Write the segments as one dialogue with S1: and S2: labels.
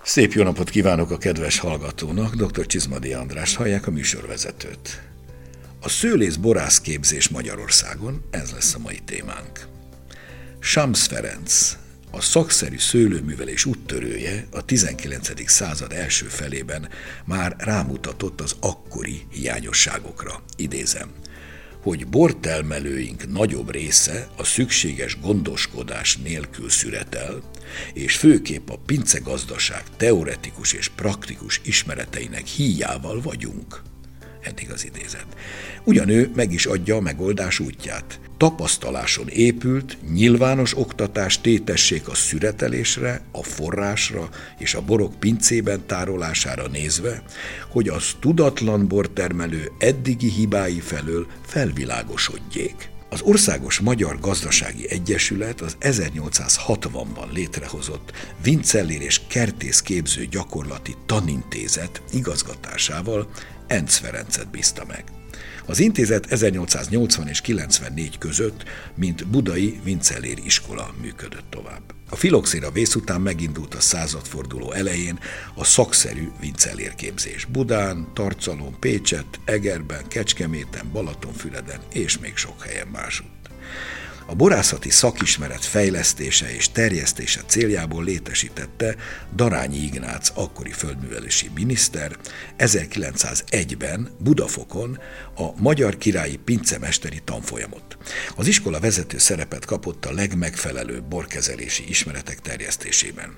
S1: Szép jó napot kívánok a kedves hallgatónak, dr. Csizmadi Andrást hallják, a műsorvezetőt. A szőlész-borász képzés Magyarországon, ez lesz a mai témánk. Sams Ferenc, a szakszerű szőlőművelés úttörője a 19. század első felében már rámutatott az akkori hiányosságokra. Idézem, hogy bortermelőink nagyobb része a szükséges gondoskodás nélkül szüretel, és főképp a pincegazdaság teoretikus és praktikus ismereteinek híjával vagyunk. Eddig az idézet. Ugyan ő meg is adja a megoldás útját. Tapasztaláson épült, nyilvános oktatás tétessék a szüretelésre, a forrásra és a borok pincében tárolására nézve, hogy az tudatlan bortermelő eddigi hibái felől felvilágosodjék. Az Országos Magyar Gazdasági Egyesület az 1860-ban létrehozott Vincellér és Kertészképző Gyakorlati Tanintézet igazgatásával Enz Ferencet bízta meg. Az intézet 1880 és 94 között, mint budai Vincellér iskola működött tovább. A filoxéra vész után megindult a századforduló elején a szakszerű Vincellér képzés Budán, Tarcalon, Pécsett, Egerben, Kecskeméten, Balatonfüreden és még sok helyen másutt. A borászati szakismeret fejlesztése és terjesztése céljából létesítette Darányi Ignác akkori földművelési miniszter 1901-ben Budafokon a Magyar Királyi Pincemesteri Tanfolyamot. Az iskola vezető szerepet kapott a legmegfelelőbb borkezelési ismeretek terjesztésében.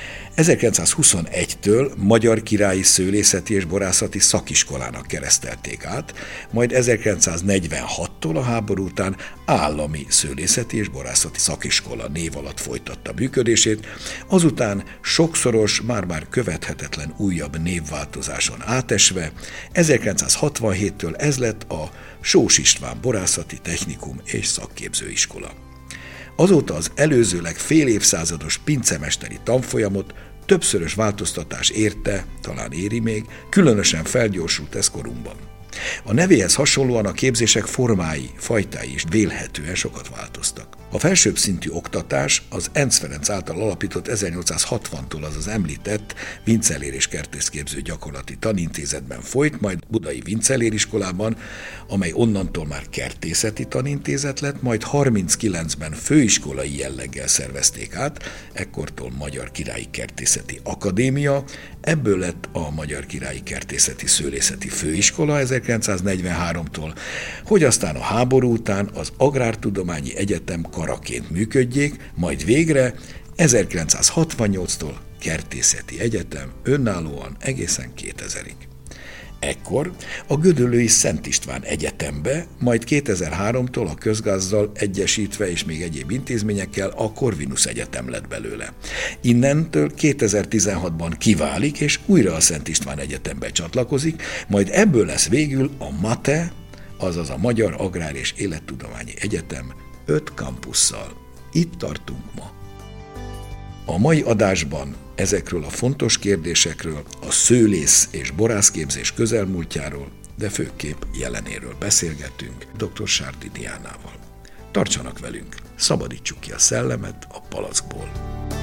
S1: 1921-től Magyar Királyi Szőlészeti és Borászati Szakiskolának keresztelték át, majd 1946-tól a háború után Állami Szőlészeti és Borászati Szakiskola név alatt folytatta működését, azután sokszoros, már követhetetlen újabb névváltozáson átesve 1967-től ez lett a Sós István Borászati Technikum és Szakképzőiskola. Azóta az előzőleg fél évszázados pincemesteri tanfolyamot többszörös változtatás érte, talán éri még, különösen felgyorsult ez korunkban. A nevéhez hasonlóan a képzések formái, fajtái is vélhetően sokat változtak. A felsőbb szintű oktatás az Enz Ferenc által alapított 1860-tól az említett Vincellér és Kertészképző Gyakorlati Tanintézetben folyt, majd budai Vincellér iskolában, amely onnantól már kertészeti tanintézet lett, majd 39-ben főiskolai jelleggel szervezték át, ekkortól Magyar Királyi Kertészeti Akadémia, ebből lett a Magyar Királyi Kertészeti Szőlészeti Főiskola 1943-tól, hogy aztán a háború után az Agrártudományi Egyetem karaként működjék, majd végre 1968-tól Kertészeti Egyetem önállóan egészen 2000-ig. Ekkor a gödöllői Szent István Egyetembe, majd 2003-tól a közgázzal egyesítve és még egyéb intézményekkel a Corvinus Egyetem lett belőle. Innentől 2016-ban kiválik és újra a Szent István Egyetembe csatlakozik, majd ebből lesz végül a MATE, azaz a Magyar Agrár és Élettudományi Egyetem 5 kampusszal. Itt tartunk ma. A mai adásban ezekről a fontos kérdésekről, a szőlész és borászképzés közelmúltjáról, de főképp jelenéről beszélgetünk dr. Sárdi Diánával. Tartsanak velünk, szabadítsuk ki a szellemet a palackból.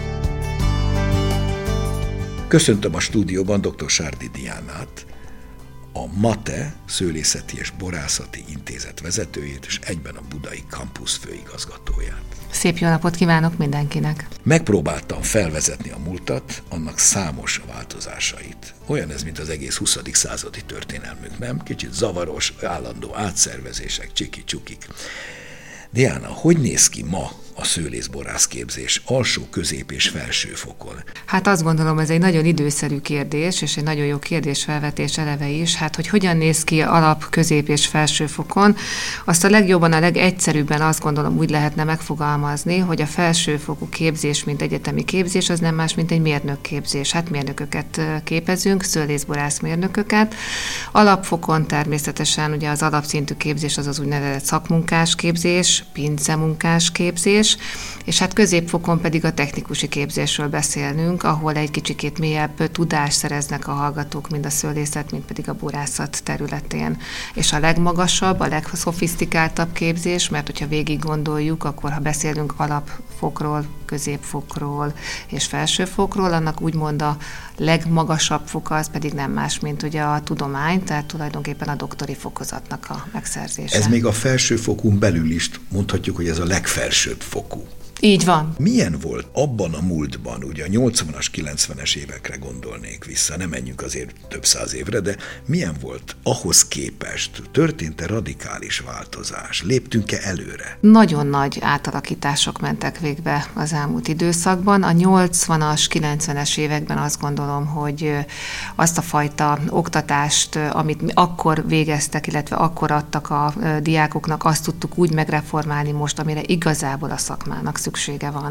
S1: Köszöntöm a stúdióban dr. Sárdi Diánát, a MATE Szőlészeti és Borászati Intézet vezetőjét, és egyben a budai kampusz főigazgatóját.
S2: Szép jó napot kívánok mindenkinek!
S1: Megpróbáltam felvezetni a múltat, annak számos változásait. Olyan ez, mint az egész 20. századi történelmünk, nem? Kicsit zavaros, állandó átszervezések, csiki-csukik. Diána, hogy néz ki ma a szőlész-borász képzés alsó, közép és felső fokon?
S2: Hát azt gondolom, ez egy nagyon időszerű kérdés, és egy nagyon jó kérdésfelvetés eleve is. Hát, hogy hogyan néz ki alap, közép és felső fokon, azt a legjobban, a legegyszerűbben azt gondolom úgy lehetne megfogalmazni, hogy a felsőfokú képzés, mint egyetemi képzés, az nem más, mint egy mérnökképzés. Hát mérnököket képezünk, szőlész-borász mérnököket. Alapfokon természetesen ugye az alapszintű képzés az az úgynevezett szakmunkás képzés, pincemunkás képzés, képzés, és hát középfokon pedig a technikusi képzésről beszélnünk, ahol egy kicsikét mélyebb tudást szereznek a hallgatók, mind a szőlészet, mind pedig a borászat területén. És a legmagasabb, a legszofisztikáltabb képzés, mert hogyha végig gondoljuk, akkor ha beszélünk alapfokról, középfokról és felsőfokról, annak úgymond a legmagasabb foka az pedig nem más, mint ugye a tudomány, tehát tulajdonképpen a doktori fokozatnak a megszerzése.
S1: Ez még a felsőfokon belül is mondhatjuk, hogy ez a legfelsőbb fokú.
S2: Így van.
S1: Milyen volt abban a múltban, ugye a 80-as, 90-es évekre gondolnék vissza, nem menjünk azért több száz évre, de milyen volt ahhoz képest? Történt-e radikális változás? Léptünk-e előre?
S2: Nagyon nagy átalakítások mentek végbe az elmúlt időszakban. A 80-as, 90-es években azt gondolom, hogy azt a fajta oktatást, amit akkor végeztek, illetve akkor adtak a diákoknak, azt tudtuk úgy megreformálni most, amire igazából a szakmának szüksége van.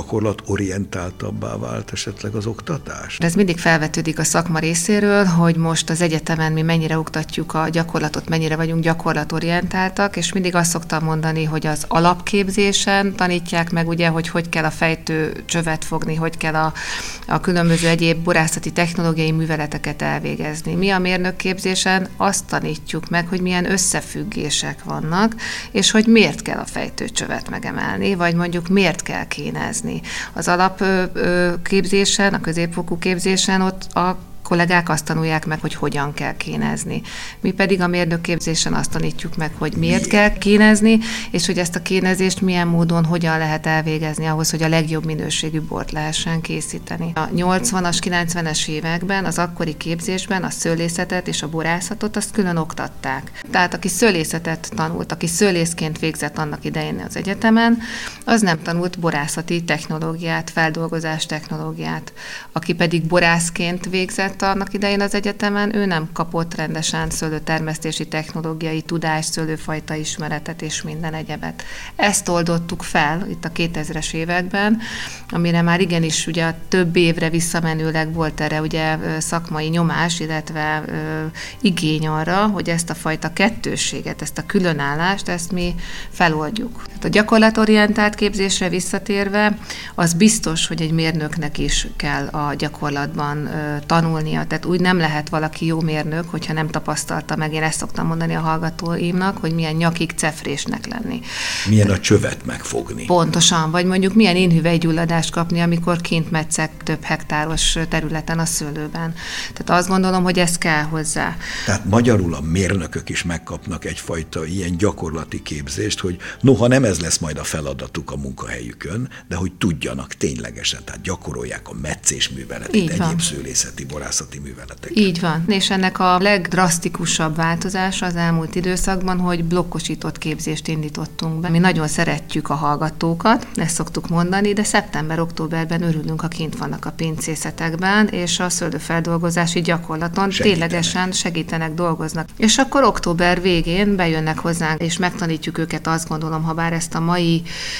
S1: Gyakorlatorientáltabbá vált esetleg az oktatás?
S2: De ez mindig felvetődik a szakma részéről, hogy most az egyetemen mi mennyire oktatjuk a gyakorlatot, mennyire vagyunk gyakorlatorientáltak, és mindig azt szoktam mondani, hogy az alapképzésen tanítják meg, ugye, hogy kell a fejtő csövet fogni, hogy kell a különböző egyéb borászati technológiai műveleteket elvégezni. Mi a mérnökképzésen azt tanítjuk meg, hogy milyen összefüggések vannak, és hogy miért kell a fejtőcsövet megemelni, vagy mondjuk miért kell kénezni. Az alapképzésen, a középfokú képzésen ott a kollégák azt tanulják meg, hogy hogyan kell kénezni. Mi pedig a mérnökképzésen azt tanítjuk meg, hogy miért kell kénezni, és hogy ezt a kénezést milyen módon, hogyan lehet elvégezni ahhoz, hogy a legjobb minőségű bort lehessen készíteni. A 80-as, 90-es években az akkori képzésben a szőlészetet és a borászatot azt külön oktatták. Tehát aki szőlészetet tanult, aki szőlészként végzett annak idején az egyetemen, az nem tanult borászati technológiát, feldolgozás technológiát. Aki pedig borászként végzett annak idején az egyetemen, ő nem kapott rendesen szőlőtermesztési technológiai tudást, szőlőfajta ismeretet és minden egyebet. Ezt oldottuk fel itt a 2000-es években, amire már igenis ugye több évre visszamenőleg volt erre ugye szakmai nyomás, illetve igény arra, hogy ezt a fajta kettősséget, ezt a különállást, ezt mi feloldjuk. Tehát a gyakorlatorientált képzésre visszatérve, az biztos, hogy egy mérnöknek is kell a gyakorlatban tanulnia. Tehát úgy nem lehet valaki jó mérnök, hogyha nem tapasztalta meg. Én ezt szoktam mondani a hallgatóimnak, hogy milyen nyakig cefrésnek lenni.
S1: Milyen a csövet megfogni.
S2: Pontosan, vagy mondjuk milyen énhüvelygyulladást kapni, amikor kint metszek több hektáros területen a szőlőben. Tehát azt gondolom, hogy ez kell hozzá.
S1: Tehát magyarul a mérnökök is megkapnak egyfajta ilyen gyakorlati képzést, hogy noha nem ez lesz majd a feladatuk a munkahelyükön, de hogy tudjanak ténylegesen, tehát gyakorolják a metszés műveletét, egyéb szőlészeti borászati műveleteket.
S2: Így van. És ennek a legdrasztikusabb változása az elmúlt időszakban, hogy blokkosított képzést indítottunk be. Mi nagyon szeretjük a hallgatókat, ezt szoktuk mondani, de szeptember-októberben örülünk, ha kint vannak a pincészetekben, és a szőlőfeldolgozási gyakorlaton ténylegesen segítenek, dolgoznak. És akkor október végén bejönnek hozzánk, és megtanítjuk őket, azt gondolom, ha bár ezt a mai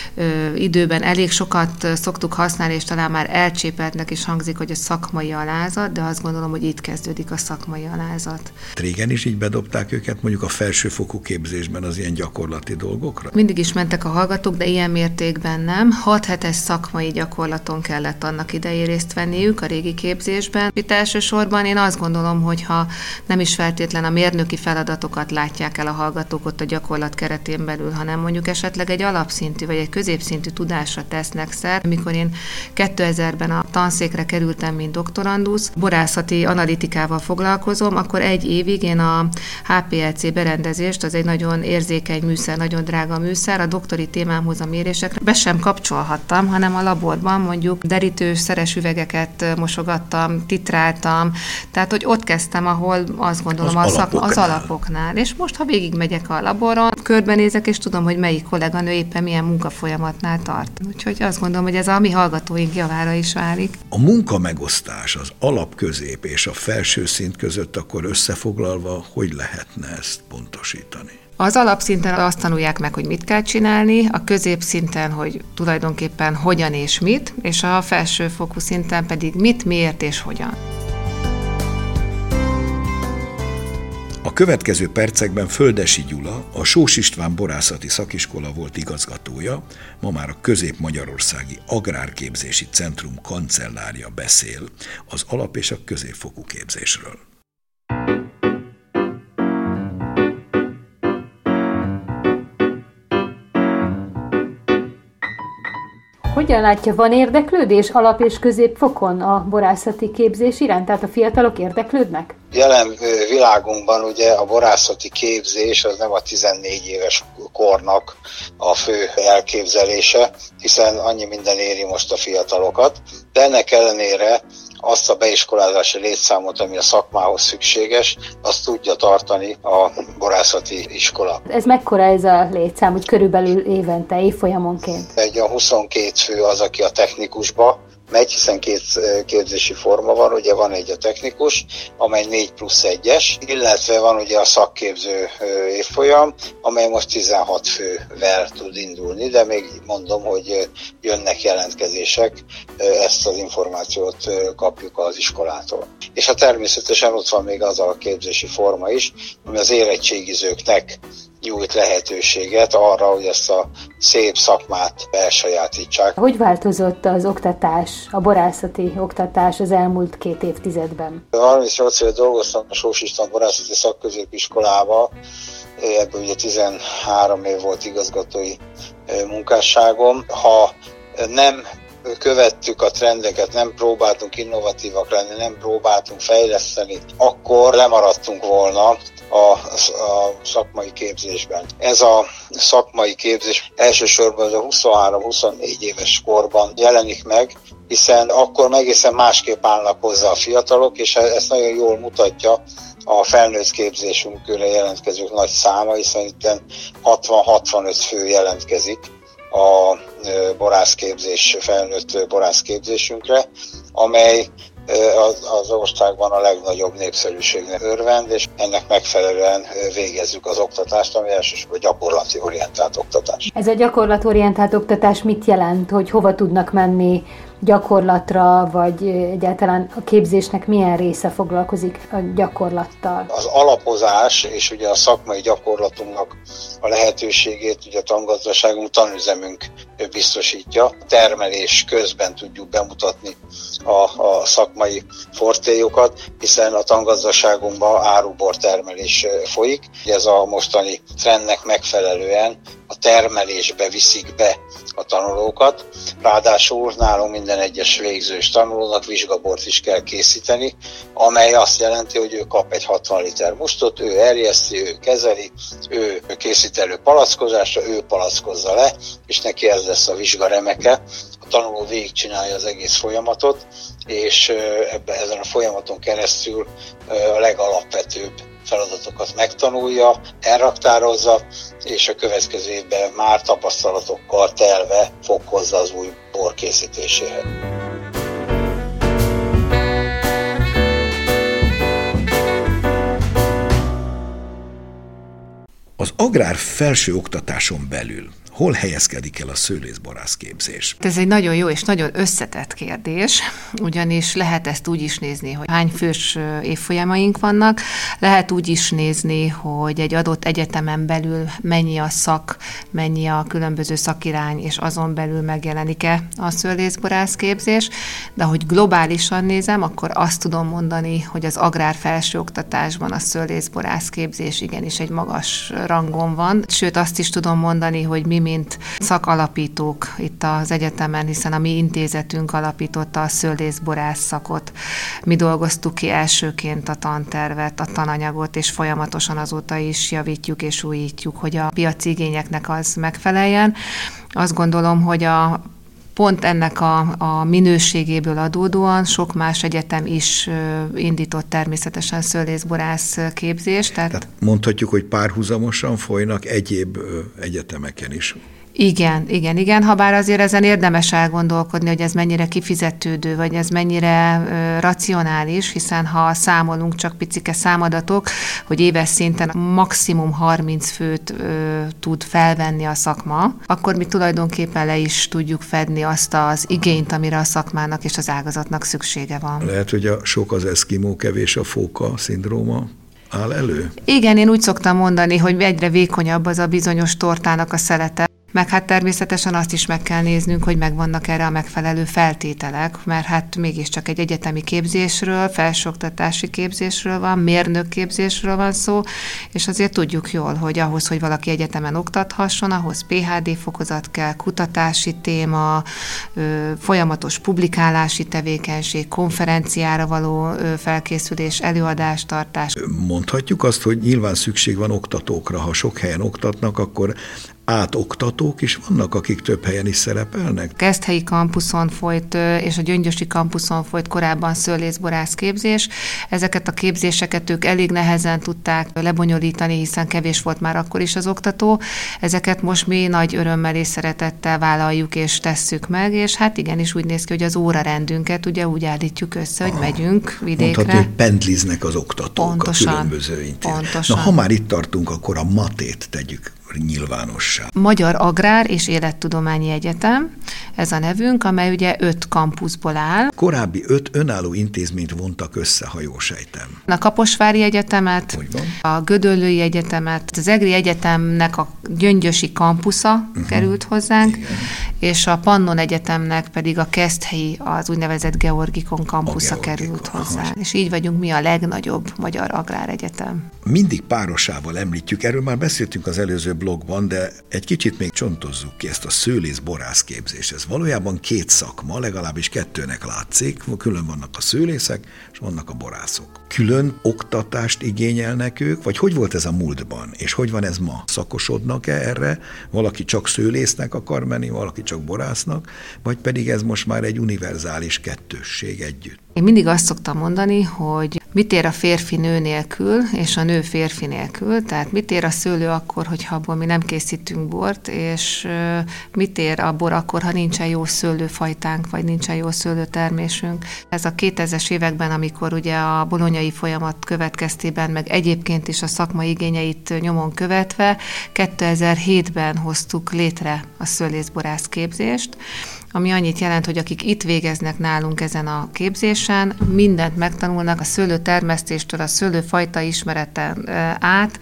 S2: időben elég sokat szoktuk használni, és talán már elcsépeltnek is hangzik, hogy a szakmai alázat, de azt gondolom, hogy itt kezdődik a szakmai alázat.
S1: Régen is így bedobták őket mondjuk a felsőfokú képzésben az ilyen gyakorlati dolgokra?
S2: Mindig is mentek a hallgatók, de ilyen mértékben nem. 6 hetes szakmai gyakorlaton kellett annak idején részt venniük a régi képzésben. Itt elsősorban én azt gondolom, hogy ha nem is feltétlen a mérnöki feladatokat látják el a hallgatók ott a gyakorlat keretén belül, hanem mondjuk esetleg egy alapszintű vagy egy középszintű tudásra tesznek szert. Amikor én 2000-ben a tanszékre kerültem, mint doktorandusz, borászati analitikával foglalkozom, akkor egy évig én a HPLC berendezést, az egy nagyon érzékeny műszer, nagyon drága műszer, a doktori témámhoz a mérésekre be sem kapcsolhattam, hanem a laborban mondjuk derítős, szeres üvegeket mosogattam, titráltam, tehát hogy ott kezdtem, ahol azt gondolom az alapoknál. És most, ha végigmegyek a laboron, körbenézek, és tudom, hogy melyik kolléganő éppen milyen munkafolyamatnál tart. Úgyhogy azt gondolom, hogy ez a mi hallgatóink javára is válik.
S1: A munkamegosztás az alap, közép és a felső szint között akkor összefoglalva, hogy lehetne ezt pontosítani?
S2: Az alapszinten azt tanulják meg, hogy mit kell csinálni, a középszinten, hogy tulajdonképpen hogyan és mit, és a felsőfokú szinten pedig mit, miért és hogyan.
S1: A A következő percekben Földessy Gyula, a Sós István Borászati Szakiskola volt igazgatója, ma már a Közép-Magyarországi Agrárképzési Centrum kancellárja beszél az alap- és a középfokú képzésről.
S3: Hogyan látja, van érdeklődés alap- és középfokon a borászati képzés iránt? Tehát a fiatalok érdeklődnek?
S4: Jelen világunkban ugye a borászati képzés az nem a 14 éves kornak a fő elképzelése, hiszen annyi minden éri most a fiatalokat, de ennek ellenére azt a beiskolázási létszámot, ami a szakmához szükséges, azt tudja tartani a borászati iskola.
S3: Ez mekkora ez a létszám, hogy körülbelül évente, évfolyamonként?
S4: Egy a 22 fő az, aki a technikusba megy, hiszen két képzési forma van, ugye van egy a technikus, amely 4+1-es, illetve van ugye a szakképző évfolyam, amely most 16 fővel tud indulni, de még mondom, hogy jönnek jelentkezések, ezt az információt kapjuk az iskolától. És természetesen ott van még az a képzési forma is, ami az érettségizőknek nyújt lehetőséget arra, hogy ezt a szép szakmát elsajátítsák.
S3: Hogy változott az oktatás, a borászati oktatás az elmúlt 2 évtizedben?
S4: 38 éve dolgoztam a Sós István Borászati Szakközépiskolába, ebből ugye 13 év volt igazgatói munkásságom. Ha nem követtük a trendeket, nem próbáltunk innovatívak lenni, nem próbáltunk fejleszteni, akkor lemaradtunk volna a szakmai képzésben. Ez a szakmai képzés elsősorban a 23-24 éves korban jelenik meg, hiszen akkor egészen másképp állnak hozzá a fiatalok, és ezt nagyon jól mutatja a felnőtt képzésünkre jelentkezők nagy száma, hiszen itt 60-65 fő jelentkezik a borászképzés, felnőtt borászképzésünkre, amely az országban a legnagyobb népszerűségnek örvend, és ennek megfelelően végezzük az oktatást, ami elsősorban gyakorlati orientált oktatás.
S3: Ez a gyakorlatorientált oktatás mit jelent, hogy hova tudnak menni gyakorlatra, vagy egyáltalán a képzésnek milyen része foglalkozik a gyakorlattal?
S4: Az alapozás és ugye a szakmai gyakorlatunknak a lehetőségét ugye a tangazdaságunk, tanüzemünk biztosítja. A termelés közben tudjuk bemutatni a szakmai fortélyokat, hiszen a tangazdaságunkban árubor termelés folyik. Ez a mostani trendnek megfelelően a termelésbe viszik be a tanulókat. Ráadásul nálunk minden egyes végzős tanulónak vizsgabort is kell készíteni, amely azt jelenti, hogy ő kap egy 60 liter mustot, ő erjeszti, ő kezeli, ő készít elő palackozásra, ő palackozza le, és neki ez lesz a vizsgaremeke. A tanuló végigcsinálja az egész folyamatot, és ezen a folyamaton keresztül a legalapvetőbb feladatokat megtanulja, elraktározza, és a következő évben már tapasztalatokkal telve fog hozzá az új bor készítéséhez.
S1: Az agrár felső oktatáson belül hol helyezkedik el a szőlészborász képzés?
S2: Ez egy nagyon jó és nagyon összetett kérdés, ugyanis lehet ezt úgy is nézni, hogy hány fős évfolyamaink vannak, lehet úgy is nézni, hogy egy adott egyetemen belül mennyi a szak, mennyi a különböző szakirány, és azon belül megjelenik-e a szőlészborász képzés, de hogy globálisan nézem, akkor azt tudom mondani, hogy az agrár felsőoktatásban a szőlészborász képzés igenis egy magas rangon van, sőt azt is tudom mondani, hogy mi mint szakalapítók itt az egyetemen, hiszen a mi intézetünk alapította a szőlészborász szakot. Mi dolgoztuk ki elsőként a tantervet, a tananyagot, és folyamatosan azóta is javítjuk és újítjuk, hogy a piaci igényeknek az megfeleljen. Azt gondolom, hogy pont ennek a minőségéből adódóan sok más egyetem is indított természetesen szőlészborász képzést.
S1: Tehát mondhatjuk, hogy párhuzamosan folynak egyéb egyetemeken is.
S2: Igen, habár azért ezen érdemes elgondolkodni, hogy ez mennyire kifizetődő, vagy ez mennyire racionális, hiszen ha számolunk csak picike számadatok, hogy éves szinten maximum 30 főt tud felvenni a szakma, akkor mi tulajdonképpen le is tudjuk fedni azt az igényt, amire a szakmának és az ágazatnak szüksége van.
S1: Lehet, hogy sok az eszkimó, kevés a fóka szindróma áll elő?
S2: Igen, én úgy szoktam mondani, hogy egyre vékonyabb az a bizonyos tortának a szelete. Meg hát természetesen azt is meg kell néznünk, hogy megvannak erre a megfelelő feltételek, mert hát mégiscsak egy egyetemi képzésről, felsőoktatási képzésről van, mérnökképzésről van szó, és azért tudjuk jól, hogy ahhoz, hogy valaki egyetemen oktathasson, ahhoz PhD fokozat kell, kutatási téma, folyamatos publikálási tevékenység, konferenciára való felkészülés, előadástartás.
S1: Mondhatjuk azt, hogy nyilván szükség van oktatókra, ha sok helyen oktatnak, akkor átoktatók is vannak, akik több helyen is szerepelnek?
S2: Keszthelyi kampuszon folyt, és a Gyöngyösi kampuszon folyt korábban szőlészborász képzés. Ezeket a képzéseket ők elég nehezen tudták lebonyolítani, hiszen kevés volt már akkor is az oktató. Ezeket most mi nagy örömmel és szeretettel vállaljuk és tesszük meg, és hát igenis úgy néz ki, hogy az órarendünket ugye úgy állítjuk össze, hogy megyünk vidékre.
S1: Mondhatni, hogy pendliznek az oktatók
S2: pontosan,
S1: a különböző intézmények.
S2: Pontosan.
S1: Na, ha már itt tartunk, akkor a matét tegyük nyilvánossá.
S2: Magyar Agrár és Élettudományi Egyetem, ez a nevünk, amely ugye 5 kampuszból áll.
S1: Korábbi 5 önálló intézményt vontak össze, ha jól sejtem.
S2: A Kaposvári Egyetemet, a Gödöllői Egyetemet, az EGRI Egyetemnek a Gyöngyösi kampusza került hozzánk, igen. És a Pannon Egyetemnek pedig a Keszthelyi, az úgynevezett Georgikon kampusza került hozzánk. És így vagyunk mi a legnagyobb magyar agráregyetem.
S1: Mindig párosával említjük, erről már beszéltünk az előző blogban, de egy kicsit még csontozzuk ki ezt a szőlész-borász képzést. Ez valójában 2 szakma, legalábbis 2-nek látszik, külön vannak a szőlészek, és vannak a borászok. Külön oktatást igényelnek ők, vagy hogy volt ez a múltban, és hogy van ez ma? Szakosodnak-e erre? Valaki csak szőlésznek akar menni, valaki csak borásznak, vagy pedig ez most már egy univerzális kettősség együtt?
S2: Én mindig azt szoktam mondani, hogy mit ér a férfi nő nélkül, és a nő férfi nélkül, tehát mit ér a szőlő akkor, hogyha abból mi nem készítünk bort, és mit ér a bor akkor, ha nincsen jó szőlőfajtánk, vagy nincsen jó szőlőtermésünk. Ez a 2000-es években, amikor ugye a bolonyai folyamat következtében, meg egyébként is a szakma igényeit nyomon követve, 2007-ben hoztuk létre a szőlészborász képzést, ami annyit jelent, hogy akik itt végeznek nálunk ezen a képzésen, mindent megtanulnak a szőlőtermesztéstől, a szőlőfajta ismereten át,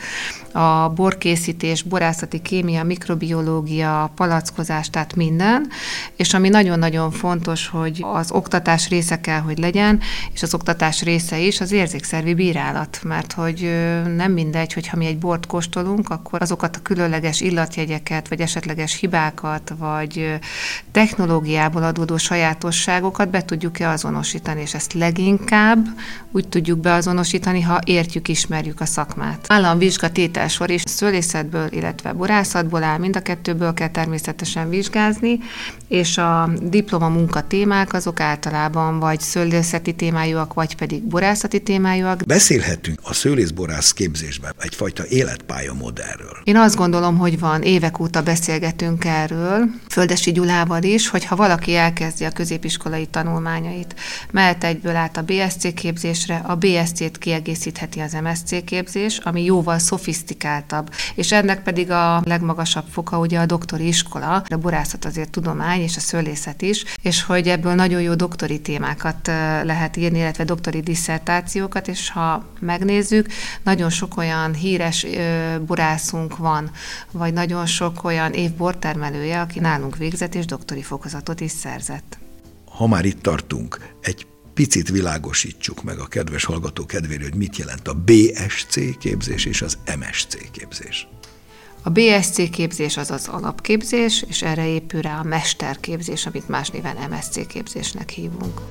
S2: a borkészítés, borászati kémia, mikrobiológia, palackozás, tehát minden, és ami nagyon-nagyon fontos, hogy az oktatás része kell, hogy legyen, és az oktatás része is az érzékszervi bírálat, mert hogy nem mindegy, hogyha mi egy bort kóstolunk, akkor azokat a különleges illatjegyeket, vagy esetleges hibákat, vagy technológiából adódó sajátosságokat be tudjuk-e azonosítani, és ezt leginkább úgy tudjuk beazonosítani, ha értjük, ismerjük a szakmát. Államvizsgatételsor is szőlészetből, illetve borászatból áll, mind a kettőből kell természetesen vizsgázni, és a diplomamunka témák azok általában vagy szőlészeti témájúak, vagy pedig borászati témájúak.
S1: Beszélhetünk a szőlészborász képzésben egyfajta életpálya modellről.
S2: Én azt gondolom, hogy van, évek óta beszélgetünk erről, Földessy Gyulával is, hogyha valaki elkezdi a középiskolai tanulmányait, mehet egyből át a BSc képzésre, a BSc-t kiegészítheti az MSc képzés, ami jóval szofisztikáltabb, és ennek pedig a legmagasabb foka ugye a doktori iskola, a borászat azért tudomány, és a szőlészet is, és hogy ebből nagyon jó doktori témákat lehet írni, illetve doktori disszertációkat, és ha megnézzük, nagyon sok olyan híres borászunk van, vagy nagyon sok olyan évbortermelője, aki nálunk végzett, és doktori fokozatot is szerzett.
S1: Ha már itt tartunk, egy picit világosítsuk meg a kedves hallgató kedvére, hogy mit jelent a BSc képzés és az MSc képzés.
S2: A BSc képzés az az alapképzés, és erre épül rá a mesterképzés, amit más néven MSc képzésnek hívunk.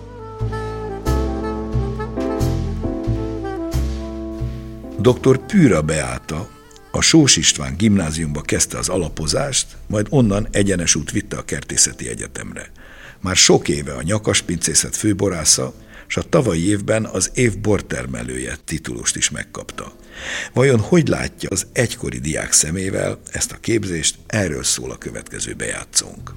S1: Dr. Pűra Beáta a Sós István gimnáziumba kezdte az alapozást, majd onnan egyenes út vitte a Kertészeti Egyetemre. Már sok éve a nyakaspincészet főborásza, és a tavalyi évben az év bortermelője titulust is megkapta. Vajon hogy látja az egykori diák szemével ezt a képzést? Erről szól a következő bejátszónk.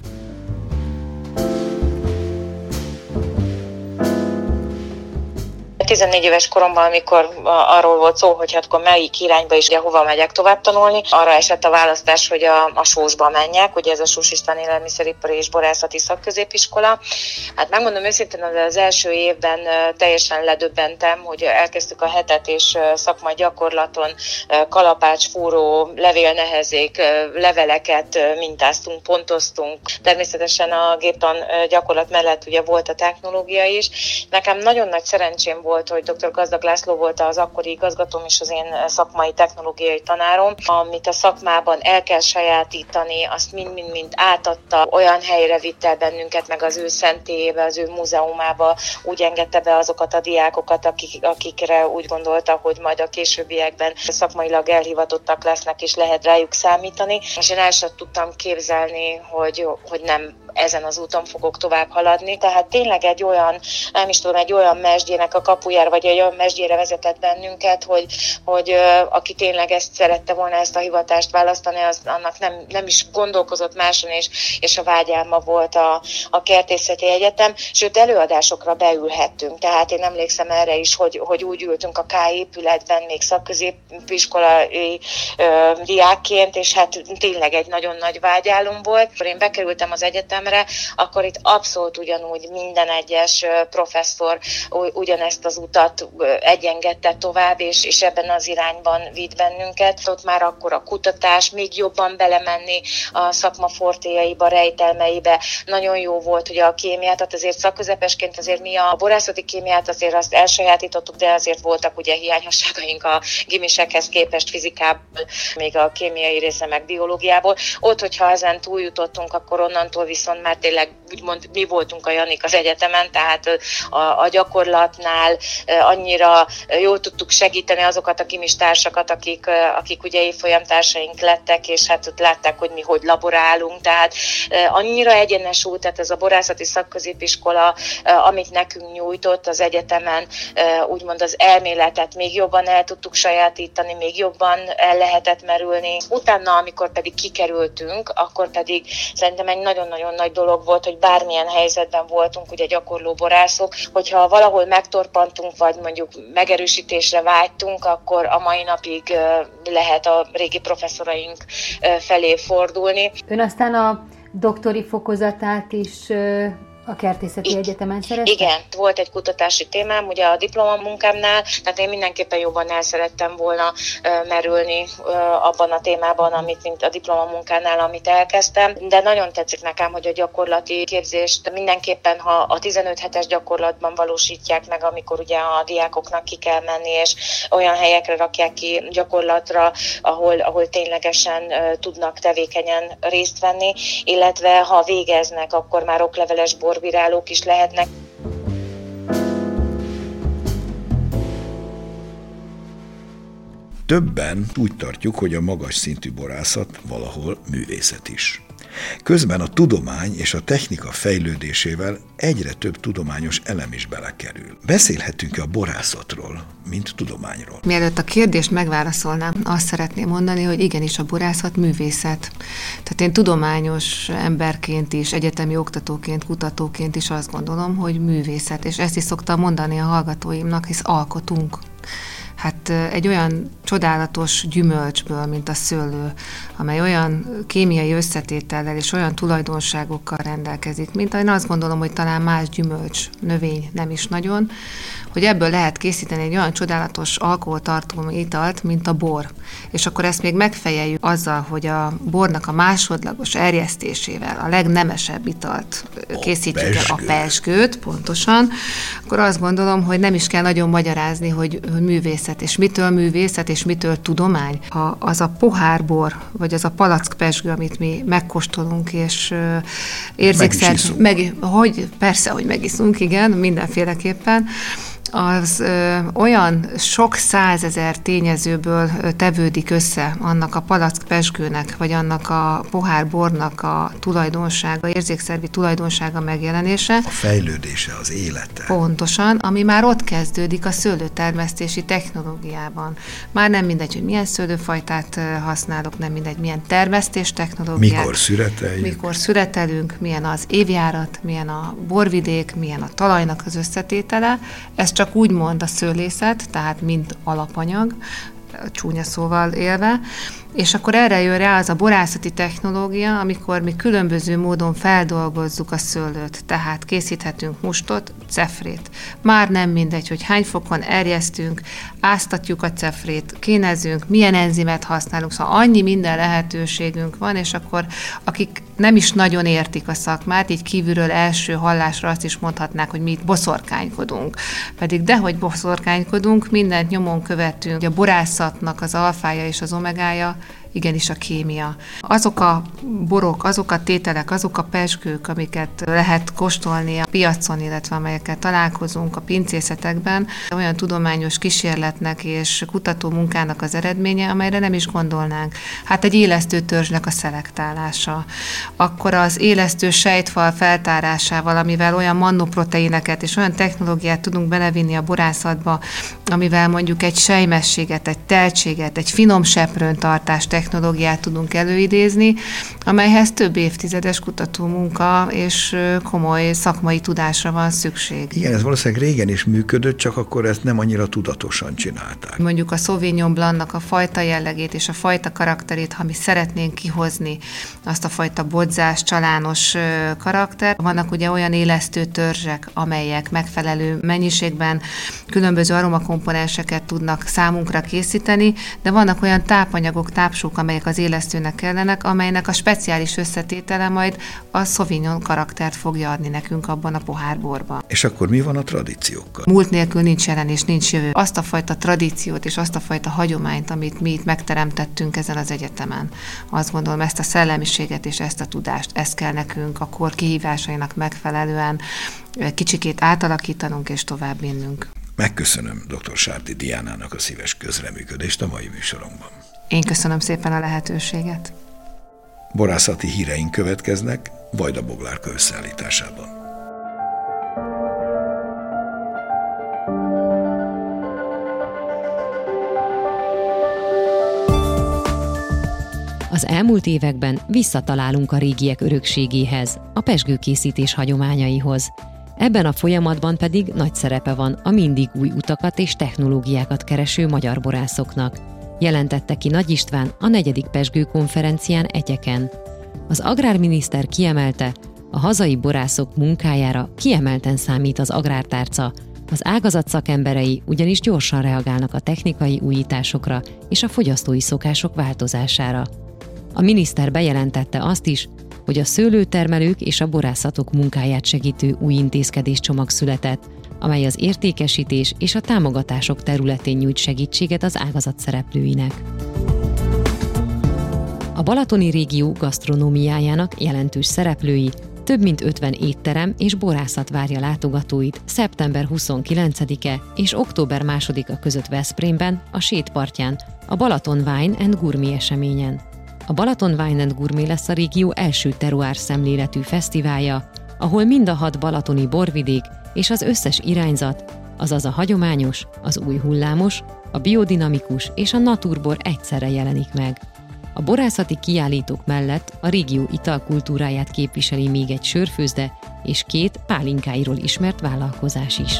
S5: 14 éves koromban, amikor arról volt szó, hogy hát akkor melyik irányba is, hova megyek tovább tanulni, arra esett a választás, hogy a Sósba menjek, ugye ez a Sós István Élelmiszeripari és Borászati Szakközépiskola. Hát megmondom őszintén, az első évben teljesen ledöbbentem, hogy elkezdtük a hetet, és szakmai gyakorlaton kalapács, fúró, levélnehezék, leveleket mintáztunk, pontoztunk. Természetesen a géptan gyakorlat mellett ugye volt a technológia is. Nekem nagyon nagy szerencsém volt, hogy dr. Gazdag László volt az akkori igazgatóm és az én szakmai technológiai tanárom, amit a szakmában el kell sajátítani, azt mind-mind átadta, olyan helyre vitt el bennünket, meg az ő szentélyébe, az ő múzeumába, úgy engedte be azokat a diákokat, akikre úgy gondolta, hogy majd a későbbiekben szakmailag elhivatottak lesznek, és lehet rájuk számítani. És én el sem tudtam képzelni, hogy nem ezen az úton fogok tovább haladni. Tehát tényleg egy olyan, nem is tudom, egy olyan mesdjének a kapujára, vagy egy olyan mesdjére vezetett bennünket, hogy aki tényleg ezt szerette volna, ezt a hivatást választani, az annak nem is gondolkozott máson, és a vágyálma volt a Kertészeti Egyetem, sőt előadásokra beülhettünk. Tehát én emlékszem erre is, hogy úgy ültünk a K épületben, még szakközépiskolai diákként, és hát tényleg egy nagyon nagy vágyálom volt. Én bekerültem az egyetemre, akkor itt abszolút ugyanúgy minden egyes professzor ugyanezt az utat egyengedte tovább, és ebben az irányban vitt bennünket. Ott már akkor a kutatás, még jobban belemenni a szakma fortéjaiba, rejtelmeibe. Nagyon jó volt, hogy a kémiát, tehát azért szakközepesként azért mi a borászati kémiát azért azt elsajátítottuk, de azért voltak ugye hiányosságaink a gimisekhez képest fizikából, még a kémiai része meg biológiából. Ott, hogyha ezen túljutottunk, akkor onnantól viszont már tényleg úgymond mi voltunk a Janik az egyetemen, tehát a gyakorlatnál annyira jól tudtuk segíteni azokat a gimis társakat, akik ugye évfolyamtársaink lettek, és hát ott látták, hogy mi hogy laborálunk, tehát annyira egyenes út, tehát ez a borászati szakközépiskola, amit nekünk nyújtott az egyetemen, úgymond az elméletet még jobban el tudtuk sajátítani, még jobban el lehetett merülni. Utána, amikor pedig kikerültünk, akkor pedig szerintem egy nagyon-nagyon nagy dolog volt, hogy bármilyen helyzetben voltunk, ugye gyakorló borászok, hogyha valahol megtorpantunk, vagy mondjuk megerősítésre vágytunk, akkor a mai napig lehet a régi professzoraink felé fordulni.
S3: Ön aztán a doktori fokozatát is a Kertészeti Egyetemen szerezte?
S5: Igen, volt egy kutatási témám, ugye a diplomamunkámnál, tehát én mindenképpen jobban el szerettem volna merülni abban a témában, mint a diplomamunkánál, amit elkezdtem, de nagyon tetszik nekem, hogy a gyakorlati képzést mindenképpen, ha a 15 hetes gyakorlatban valósítják meg, amikor ugye a diákoknak ki kell menni, és olyan helyekre rakják ki gyakorlatra, ahol ténylegesen tudnak tevékenyen részt venni, illetve ha végeznek, akkor már okleveles borbírálók is lehetnek.
S1: Többen úgy tartjuk, hogy a magas szintű borászat valahol művészet is. Közben a tudomány és a technika fejlődésével egyre több tudományos elem is belekerül. Beszélhetünk-e a borászatról, mint tudományról?
S2: Mielőtt a kérdést megválaszolnám, azt szeretném mondani, hogy igenis a borászat művészet. Tehát én tudományos emberként is, egyetemi oktatóként, kutatóként is azt gondolom, hogy művészet, és ezt is szoktam mondani a hallgatóimnak, hisz alkotunk. Hát egy olyan csodálatos gyümölcsből, mint a szőlő, amely olyan kémiai összetétellel és olyan tulajdonságokkal rendelkezik, mint én azt gondolom, hogy talán más gyümölcs, növény nem is nagyon, hogy ebből lehet készíteni egy olyan csodálatos alkoholtartalmú italt, mint a bor. És akkor ezt még megfejeljük azzal, hogy a bornak a másodlagos erjesztésével a legnemesebb italt készítjük el, a pezsgőt, pontosan, akkor azt gondolom, hogy nem is kell nagyon magyarázni, hogy művészet, és mitől művészet, és mitől tudomány. Ha az a pohárbor, vagy az a palack pezsgő, amit mi megkóstolunk, és persze, hogy megiszunk, igen, mindenféleképpen, az olyan sok százezer tényezőből tevődik össze annak a palack pezsgőnek, vagy annak a pohárbornak a tulajdonsága, érzékszervi tulajdonsága megjelenése.
S1: A fejlődése, az élete.
S2: Pontosan, ami már ott kezdődik a szőlőtermesztési technológiában. Már nem mindegy, hogy milyen szőlőfajtát használok, nem mindegy, milyen termesztés technológiát. Mikor szüretelünk, milyen az évjárat, milyen a borvidék, milyen a talajnak az összetétele. Ez csak csak úgymond a szőlészet, tehát mint alapanyag, csúnya szóval élve, és akkor erre jön rá az a borászati technológia, amikor mi különböző módon feldolgozzuk a szőlőt, tehát készíthetünk mustot, cefrét. Már nem mindegy, hogy hány fokon erjesztünk, áztatjuk a cefrét, kénezünk, milyen enzimet használunk, szóval annyi minden lehetőségünk van, és akkor akik nem is nagyon értik a szakmát, így kívülről első hallásra azt is mondhatnák, hogy mi itt boszorkánykodunk. Pedig dehogy boszorkánykodunk, mindent nyomon követünk. A borászatnak az alfája és az omegája igenis a kémia. Azok a borok, azok a tételek, azok a pezsgők, amiket lehet kóstolni a piacon, illetve amelyekkel találkozunk a pincészetekben, olyan tudományos kísérletnek és kutató munkának az eredménye, amelyre nem is gondolnánk. Hát egy élesztő törzsnek a szelektálása. Akkor az élesztő sejtfal feltárásával, amivel olyan mannoproteineket és olyan technológiát tudunk belevinni a borászatba, amivel mondjuk egy sejmességet, egy teltséget, egy finom seprőntartást technológiát tudunk előidézni, amelyhez több évtizedes kutatómunka és komoly szakmai tudásra van szükség.
S1: Igen, ez valószínűleg régen is működött, csak akkor ezt nem annyira tudatosan csinálták.
S2: Mondjuk a Sauvignon Blancnak a fajta jellegét és a fajta karakterét, ha mi szeretnénk kihozni azt a fajta bodzás, csalános karakter. Vannak ugye olyan élesztő törzsek, amelyek megfelelő mennyiségben különböző aromakomponenseket tudnak számunkra készíteni, de vannak olyan tápanyagok, tápsúk, amelyek az élesztőnek kellenek, amelynek a speciális összetétele majd a Sauvignon karaktert fogja adni nekünk abban a pohárborban.
S1: És akkor mi van a tradíciókkal?
S2: Múlt nélkül nincs jelen és nincs jövő. Azt a fajta tradíciót és azt a fajta hagyományt, amit mi itt megteremtettünk ezen az egyetemen. Azt gondolom, ezt a szellemiséget és ezt a tudást, ezt kell nekünk a kor kihívásainak megfelelően kicsikét átalakítanunk és tovább vinnünk.
S1: Megköszönöm dr. Sárdi Diánának a szíves közreműködést a mai műsorunkban.
S2: Én köszönöm szépen a lehetőséget.
S1: Borászati híreink következnek Vajda Boglárka összeállításában.
S6: Az elmúlt években visszatalálunk a régiek örökségéhez, a pezsgőkészítés hagyományaihoz. Ebben a folyamatban pedig nagy szerepe van a mindig új utakat és technológiákat kereső magyar borászoknak, jelentette ki Nagy István a 4. pezsgőkonferencián Etyeken. Az agrárminiszter kiemelte, a hazai borászok munkájára kiemelten számít az agrártárca, az ágazat szakemberei ugyanis gyorsan reagálnak a technikai újításokra és a fogyasztói szokások változására. A miniszter bejelentette azt is, hogy a szőlőtermelők és a borászatok munkáját segítő új intézkedéscsomag született, amely az értékesítés és a támogatások területén nyújt segítséget az ágazat szereplőinek. A balatoni régió gasztronómiájának jelentős szereplői, több mint 50 étterem és borászat várja látogatóit szeptember 29-e és október 2-a között Veszprémben, a Sétpartján, a Balaton Wine and Gourmet eseményen. A Balaton Wine and Gourmet lesz a régió első terroir szemléletű fesztiválja, ahol mind a 6 balatoni borvidék és az összes irányzat, azaz a hagyományos, az új hullámos, a biodinamikus és a naturbor egyszerre jelenik meg. A borászati kiállítók mellett a régió italkultúráját képviseli még egy sörfőzde és 2 pálinkáiról ismert vállalkozás is.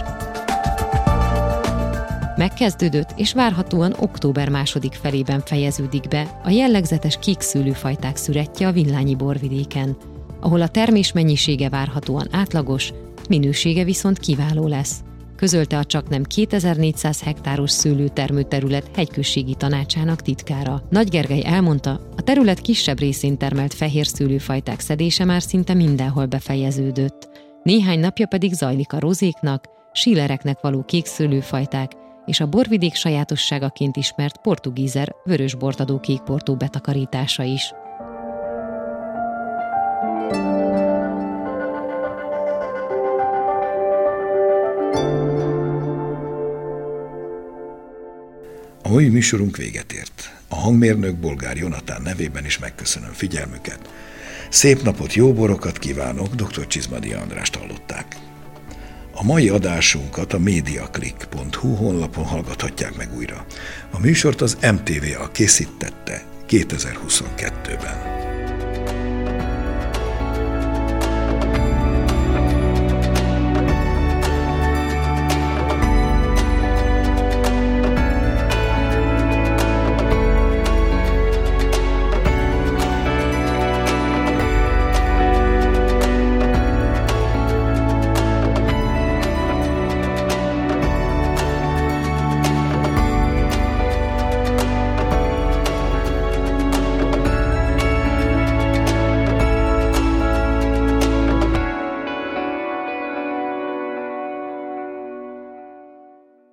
S6: Megkezdődött és várhatóan október 2. felében fejeződik be a jellegzetes kék szőlőfajták szürettje a Villányi borvidéken, ahol a termés mennyisége várhatóan átlagos, minősége viszont kiváló lesz, közölte a csaknem 2400 hektáros szőlőtermőterület hegyközségi tanácsának titkára. Nagy Gergely elmondta, a terület kisebb részén termelt fehér szőlőfajták szedése már szinte mindenhol befejeződött. Néhány napja pedig zajlik a rozéknak, sílereknek való kék szőlőfajták és a borvidék sajátosságaként ismert portugízer vörösbort kékportó betakarítása is.
S1: A mai műsorunk véget ért. A hangmérnök Bolgár Jonatán nevében is megköszönöm figyelmüket. Szép napot, jó borokat kívánok, dr. Csizmadi Andrást hallották. A mai adásunkat a mediaclick.hu honlapon hallgathatják meg újra. A műsort az MTVA készítette 2022-ben.